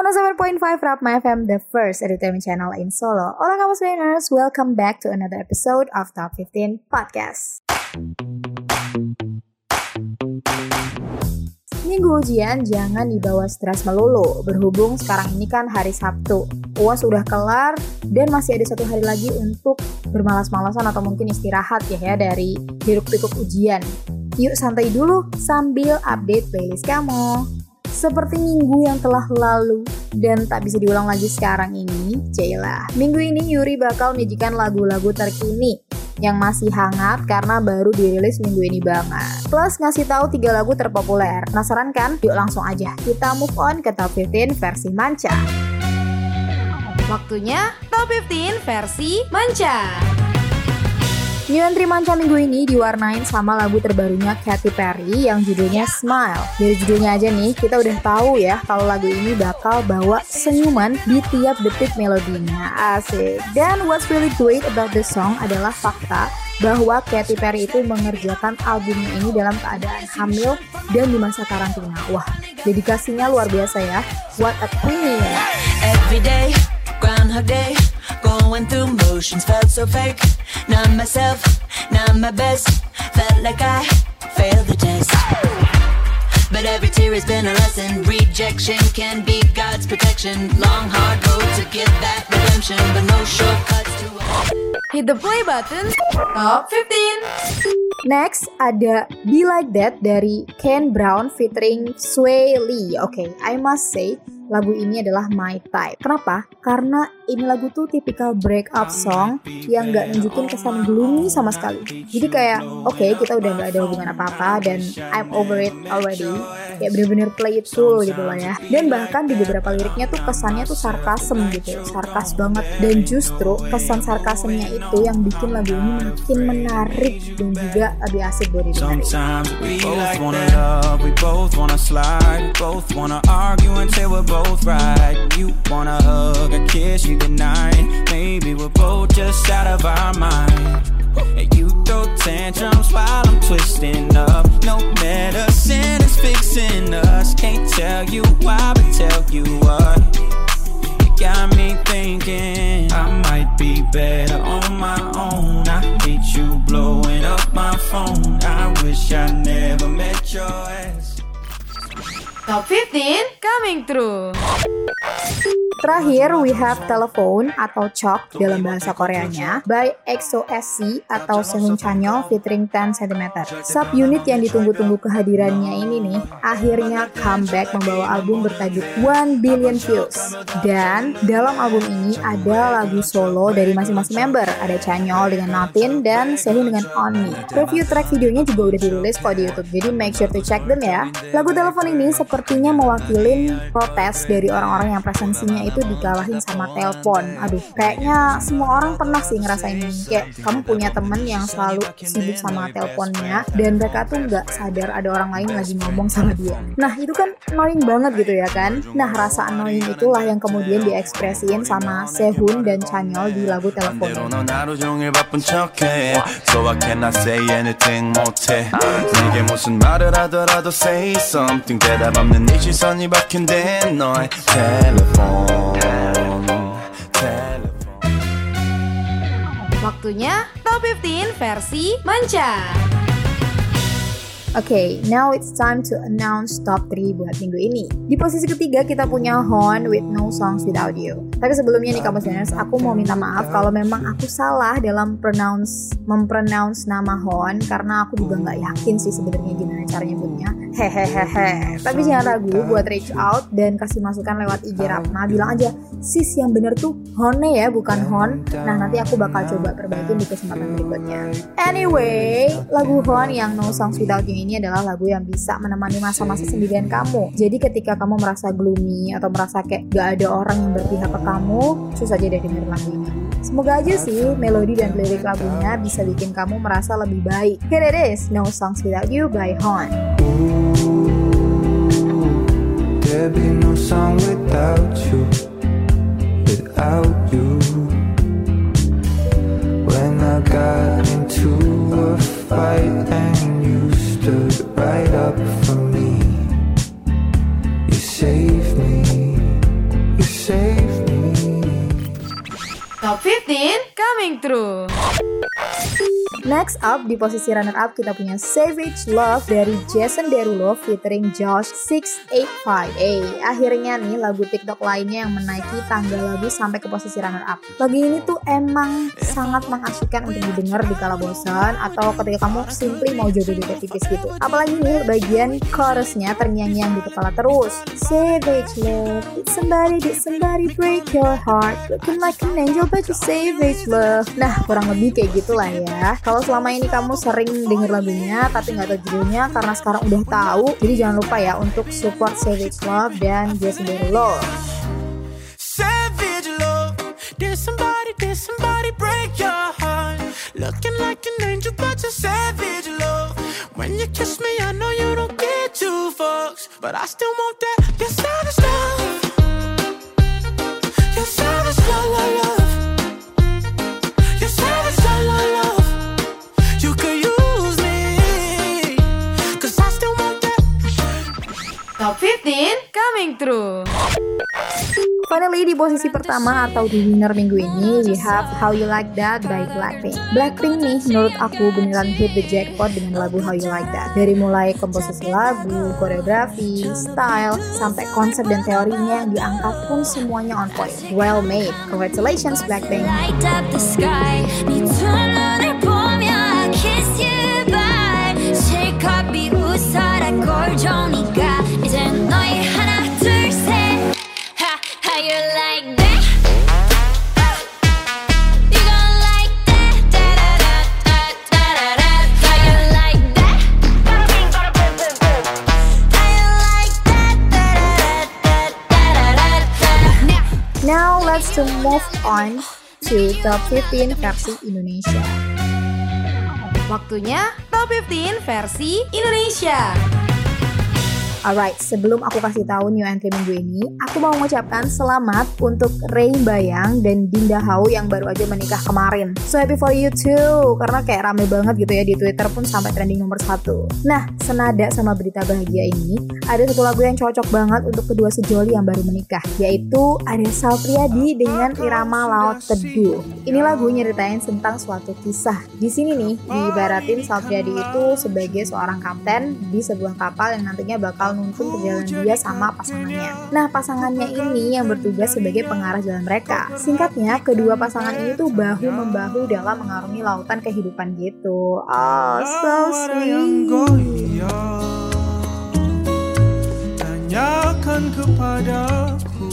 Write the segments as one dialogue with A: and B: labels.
A: 107.5 Rapma FM, the first entertainment channel in Solo. Hola kamu listeners, welcome back to another episode of Top 15 Podcast. Minggu ujian jangan dibawa stres melulu. Berhubung sekarang ini kan hari Sabtu, UAS udah kelar dan masih ada satu hari lagi untuk bermalas-malasan atau mungkin istirahat ya dari hiruk-pikuk ujian. Yuk santai dulu sambil update playlist kamu. Seperti minggu yang telah lalu dan tak bisa diulang lagi sekarang ini, Cailah. Minggu ini Yuri bakal menyajikan lagu-lagu terkini yang masih hangat karena baru dirilis minggu ini banget. Plus ngasih tahu 3 lagu terpopuler. Penasaran kan? Yuk langsung aja kita move on ke Top 15 versi Manca. Waktunya Top 15 versi Manca. New entry Manca minggu ini diwarnain sama lagu terbarunya Katy Perry yang judulnya Smile. Dari judulnya aja nih, kita udah tahu ya kalau lagu ini bakal bawa senyuman di tiap detik melodinya. Asik. Dan what's really great about the song adalah fakta bahwa Katy Perry itu mengerjakan albumnya ini dalam keadaan hamil dan di masa karantina. Wah, dedikasinya luar biasa ya. What a queen.
B: Every day, Groundhog Day, going through motions, felt so fake. Not myself, not my best. Felt like I failed the test. But every tear has been a lesson. Rejection can be God's protection. Long hard road to get that redemption, but no shortcuts to
A: hit the play button. Top 15. Next ada Be Like That dari Kane Brown featuring Sway Lee. Okay, I must say lagu ini adalah my type. Kenapa? Karena ini lagu tuh tipikal breakup song yang gak nunjukin kesan gloomy sama sekali. Jadi kayak, okay, kita udah gak ada hubungan apa-apa dan I'm over it already. Kayak bener-bener play it cool gitu lah ya. Dan bahkan di beberapa liriknya tuh kesannya tuh sarkasem gitu. Sarkas banget. Dan justru kesan sarkasemnya itu yang bikin lagu ini makin menarik dan juga lebih asik buat didengarin.
C: Sometimes we both wanna love, we both wanna slide, we both wanna argue until we're both right. You wanna hug or kiss you goodnight. Maybe we're both just out of our mind. And you throw tantrums while I'm twisting up. No medicine is fixing us. Can't tell you why, but tell you what. You got me thinking I might be better on my own. I hate you blowing up my phone. I wish I never met your ass.
A: Top 15 coming through. Terakhir, we have Telephone atau Chok dalam bahasa Koreanya by EXO-SC atau Sehun Chanyeol featuring 10cm. Subunit yang ditunggu-tunggu kehadirannya ini nih akhirnya comeback membawa album bertajuk 1 Billion Views. Dan dalam album ini ada lagu solo dari masing-masing member. Ada Chanyeol dengan Nothing dan Sehun dengan On Me. Review track videonya juga udah dirilis kok di YouTube, jadi make sure to check them ya. Lagu Telepon ini sepertinya mewakilin protes dari orang-orang yang presensinya itu dikalahin sama telepon. Aduh, kayaknya semua orang pernah sih ngerasain ini. Kayak kamu punya temen yang selalu sibuk sama teleponnya dan mereka tuh nggak sadar ada orang lain lagi ngomong sama dia. Nah, itu kan annoying banget gitu ya kan? Nah, rasa annoying itulah yang kemudian diekspresiin sama Sehun dan Chanyeol di lagu Telepon.
C: So I cannot say anything 못해 네게 무슨 말을 하더라도 say something 대답 없는 네 시선이 박힌된 너의 텔레폰.
A: Waktunya Top 15 versi Manca. Okay, now it's time to announce top 3 buat minggu ini. Di posisi ketiga kita punya Hon with No Songs Without You. Tapi sebelumnya nih kamu listeners, aku mau minta maaf kalau memang aku salah dalam mempronounce nama Hon, karena aku juga nggak yakin sih sebenarnya gimana cara nyebutnya. Hehehehe. Tapi jangan ragu buat reach out dan kasih masukan lewat IG Rapma. Bilang aja, sis yang bener tuh Hone ya, bukan Hon. Nah, nanti aku bakal coba perbaikin di kesempatan berikutnya. Anyway, lagu Hon yang No Songs Without You ini adalah lagu yang bisa menemani masa-masa sendirian kamu. Jadi ketika kamu merasa gloomy atau merasa kayak gak ada orang yang berpihak ke kamu, susah aja deh denger lagu ini. Semoga aja sih melodi dan lirik lagunya bisa bikin kamu merasa lebih baik. Here it is, No Songs Without You by Hon.
D: There'd be no song without you, without you. When I got into a fight and you stood right up for me, you saved me.
A: Top 15 coming through. Next up, di posisi runner-up kita punya Savage Love dari Jason Derulo featuring Josh 685. Akhirnya nih lagu TikTok lainnya yang menaiki tangga lagu sampai ke posisi runner-up. Lagu ini tuh emang sangat mengasyikkan untuk didengar di kala bosan atau ketika kamu simply mau joget-joget tipis gitu. Apalagi nih bagian chorusnya terngiang-ngiang di kepala terus. Savage Love, did somebody break your heart? Looking like an angel but you savage love. Nah, kurang lebih kayak gitulah ya. Kalau selama ini kamu sering denger lagunya tapi nggak tahu judulnya karena sekarang udah tahu, jadi jangan lupa ya untuk support Savage Love dan Jason Derulo.
C: Savage love, did somebody break your heart? Looking like an angel, but you're savage love. When you kiss me, I know you don't get two fucks, but I still want that. Your savage love, your savage love, love. Your savage love, love. You could use me, 'cause I still want that.
A: Top 15 coming through. Finally di posisi pertama atau di winner minggu ini we have How You Like That by Blackpink. Blackpink nih menurut aku beneran hit the jackpot dengan lagu How You Like That. Dari mulai komposisi lagu, koreografi, style, sampai konsep dan teorinya yang diangkat pun semuanya on point. Well made. Congratulations Blackpink.
E: Light up the sky. 네 두 눈을 보며 kiss you bye. 실컷 비웃어라 꼴좋으니까 이제 너의 하나 둘 셋. How you like that? You gon' like that? Da da da da da da da. How you like that? How you like that? Da da da da da da.
A: Now let's to move on to Top 15 versi Indonesia. Waktunya Top 15 versi Indonesia. Alright, sebelum aku kasih tahu new entry minggu ini, aku mau mengucapkan selamat untuk Ray Bayang dan Dinda Hau yang baru aja menikah kemarin. So happy for you too, karena kayak rame banget gitu ya di Twitter pun sampai trending nomor 1. Nah, senada sama berita bahagia ini, ada satu lagu yang cocok banget untuk kedua sejoli yang baru menikah, yaitu ada Sal Priadi dengan irama Laut Teduh. Ini lagu nyeritain tentang suatu kisah. Di sini nih, diibaratin Sal Priadi itu sebagai seorang kapten di sebuah kapal yang nantinya bakal nuntun perjalanan dia sama pasangannya. Nah, pasangannya ini yang bertugas sebagai pengarah jalan mereka. Singkatnya, kedua pasangan ini tuh bahu-membahu dalam mengarungi lautan kehidupan gitu. Oh, so sweet.
C: Tanyakan kepadaku,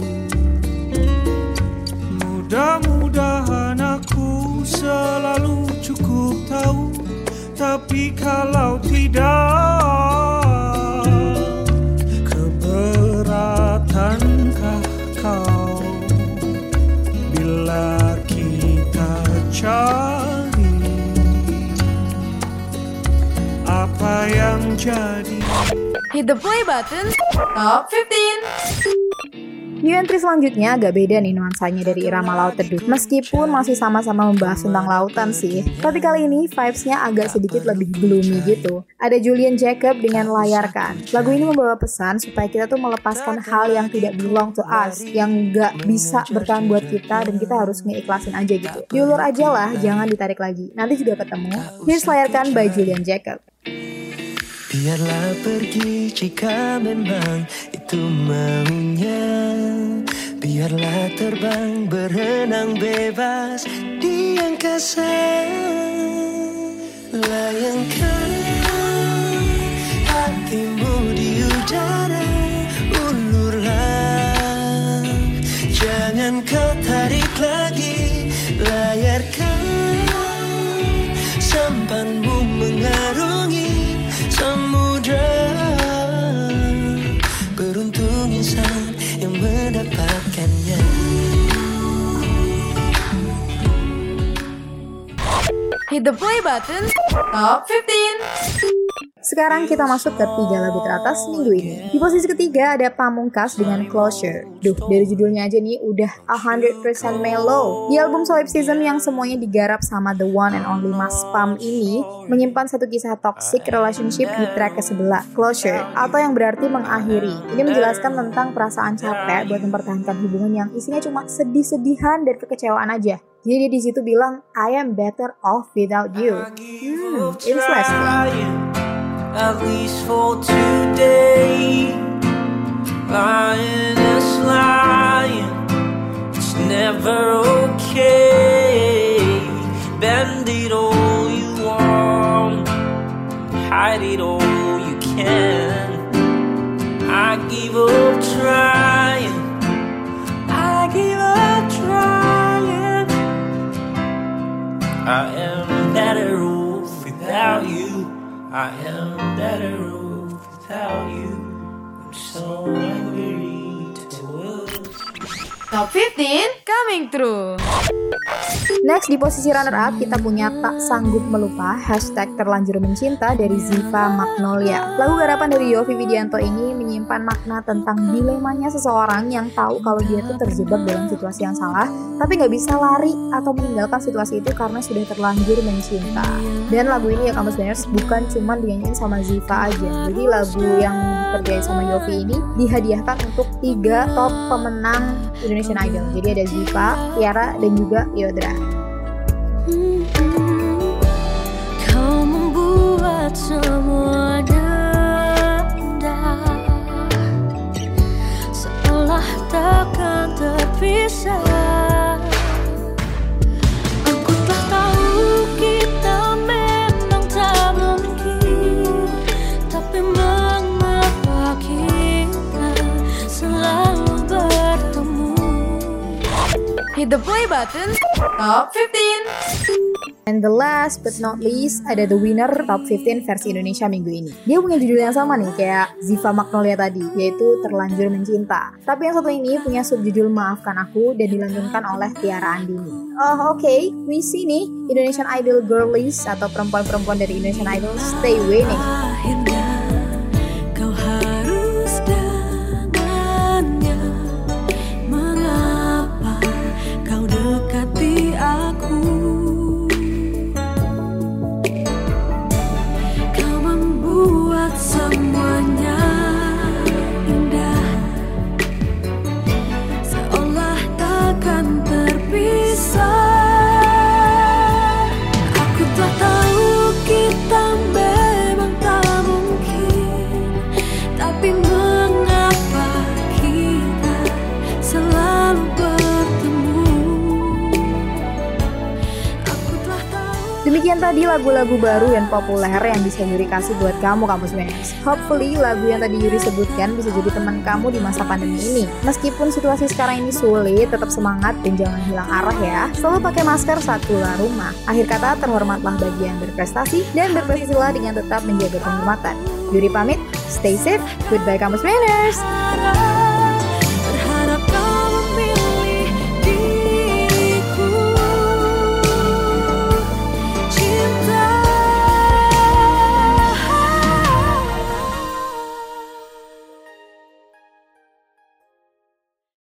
C: mudah-mudahan aku selalu cukup tahu. Tapi kalau tidak, keberatankah kau bila kita cari apa yang jadi?
A: Hit the play button, Top 15. New entry selanjutnya agak beda nih nuansanya dari irama Laut Teduh. Meskipun masih sama-sama membahas tentang lautan sih, tapi kali ini vibes-nya agak sedikit lebih gloomy gitu. Ada Julian Jacob dengan Layarkan. Lagu ini membawa pesan supaya kita tuh melepaskan hal yang tidak belong to us, yang gak bisa bertahan buat kita dan kita harus ngeikhlasin aja gitu. Diulur aja lah, jangan ditarik lagi. Nanti juga ketemu. Here's Layarkan by Julian Jacob.
F: Biarlah pergi jika memang itu maunya. Biarlah terbang berenang bebas di angkasa. Layangkan hatimu di udara. Ulurlah, jangan kau tarik lagi. Layarkan sampanmu mengarungi samudra. Beruntung insan yang mendapatkannya.
A: Hit the play button, Top 15. Sekarang kita masuk ke 3 lagu teratas minggu ini. Di posisi ketiga ada Pamungkas dengan Closure. Duh, dari judulnya aja nih udah 100% mellow. Di album Solipsism yang semuanya digarap sama the one and only Mas Pam ini menyimpan satu kisah toxic relationship di track ke-11, Closure, atau yang berarti mengakhiri. Ini menjelaskan tentang perasaan capek buat mempertahankan hubungan yang isinya cuma sedih-sedihan dan kekecewaan aja. Jadi dia di situ bilang, I am better off without you. Interesting.
F: At least for today, lying is lying. It's never okay. Bend it all you want, hide it all you can. I give up trying, I give up trying. I am better off without you. I am better off without you. I'm so angry to lose.
A: Top 15 coming through. Next di posisi runner up kita punya Tak Sanggup Melupa #terlanjur mencinta dari Ziva Magnolia. Lagu garapan dari Yovie Widianto ini menyimpan makna tentang dilemanya seseorang yang tahu kalau dia tuh terjebak dalam situasi yang salah, tapi nggak bisa lari atau meninggalkan situasi itu karena sudah terlanjur mencinta. Dan lagu ini ya Kamus Bangers bukan cuma dinyanyiin sama Ziva aja. Jadi lagu yang dikerjain sama Yovie ini dihadiahkan untuk 3 top pemenang Indonesian Idol. Jadi ada Ziva, Tiara, dan juga Yodra.
E: Kau membuat semuanya indah, seolah takkan terpisah. Aku tak tahu kita memang tak mungkin, tapi mengapa kita selalu bertemu.
A: Hit the play button. Top 15. And the last but not least ada the winner Top 15 versi Indonesia minggu ini. Dia punya judul yang sama nih kayak Ziva Magnolia tadi, yaitu Terlanjur Mencinta. Tapi yang satu ini punya subjudul Maafkan Aku dan dilantunkan oleh Tiara Andini. Oh oke, we see nih Indonesian Idol girlies atau perempuan-perempuan dari Indonesian Idol stay winning.
E: Akhirnya kau harus dengannya. Mengapa kau dekati aku? Kau membuat semuanya indah, seolah takkan terpisah. Aku tak tahu kita memang tak mungkin, tapi mengapa kita selalu bertemu. Aku telah tahu.
A: Demikian tadi lagu-lagu baru dan populer yang bisa Yuri kasih buat kamu Kampus Bangers. Hopefully lagu yang tadi Yuri sebutkan bisa jadi teman kamu di masa pandemi ini. Meskipun situasi sekarang ini sulit, tetap semangat dan jangan hilang arah ya. Selalu pakai masker saat keluar rumah. Akhir kata, terhormatlah bagi yang berprestasi dan berprestasilah dengan tetap menjaga penghormatan. Yuri pamit, stay safe, goodbye Kampus Bangers.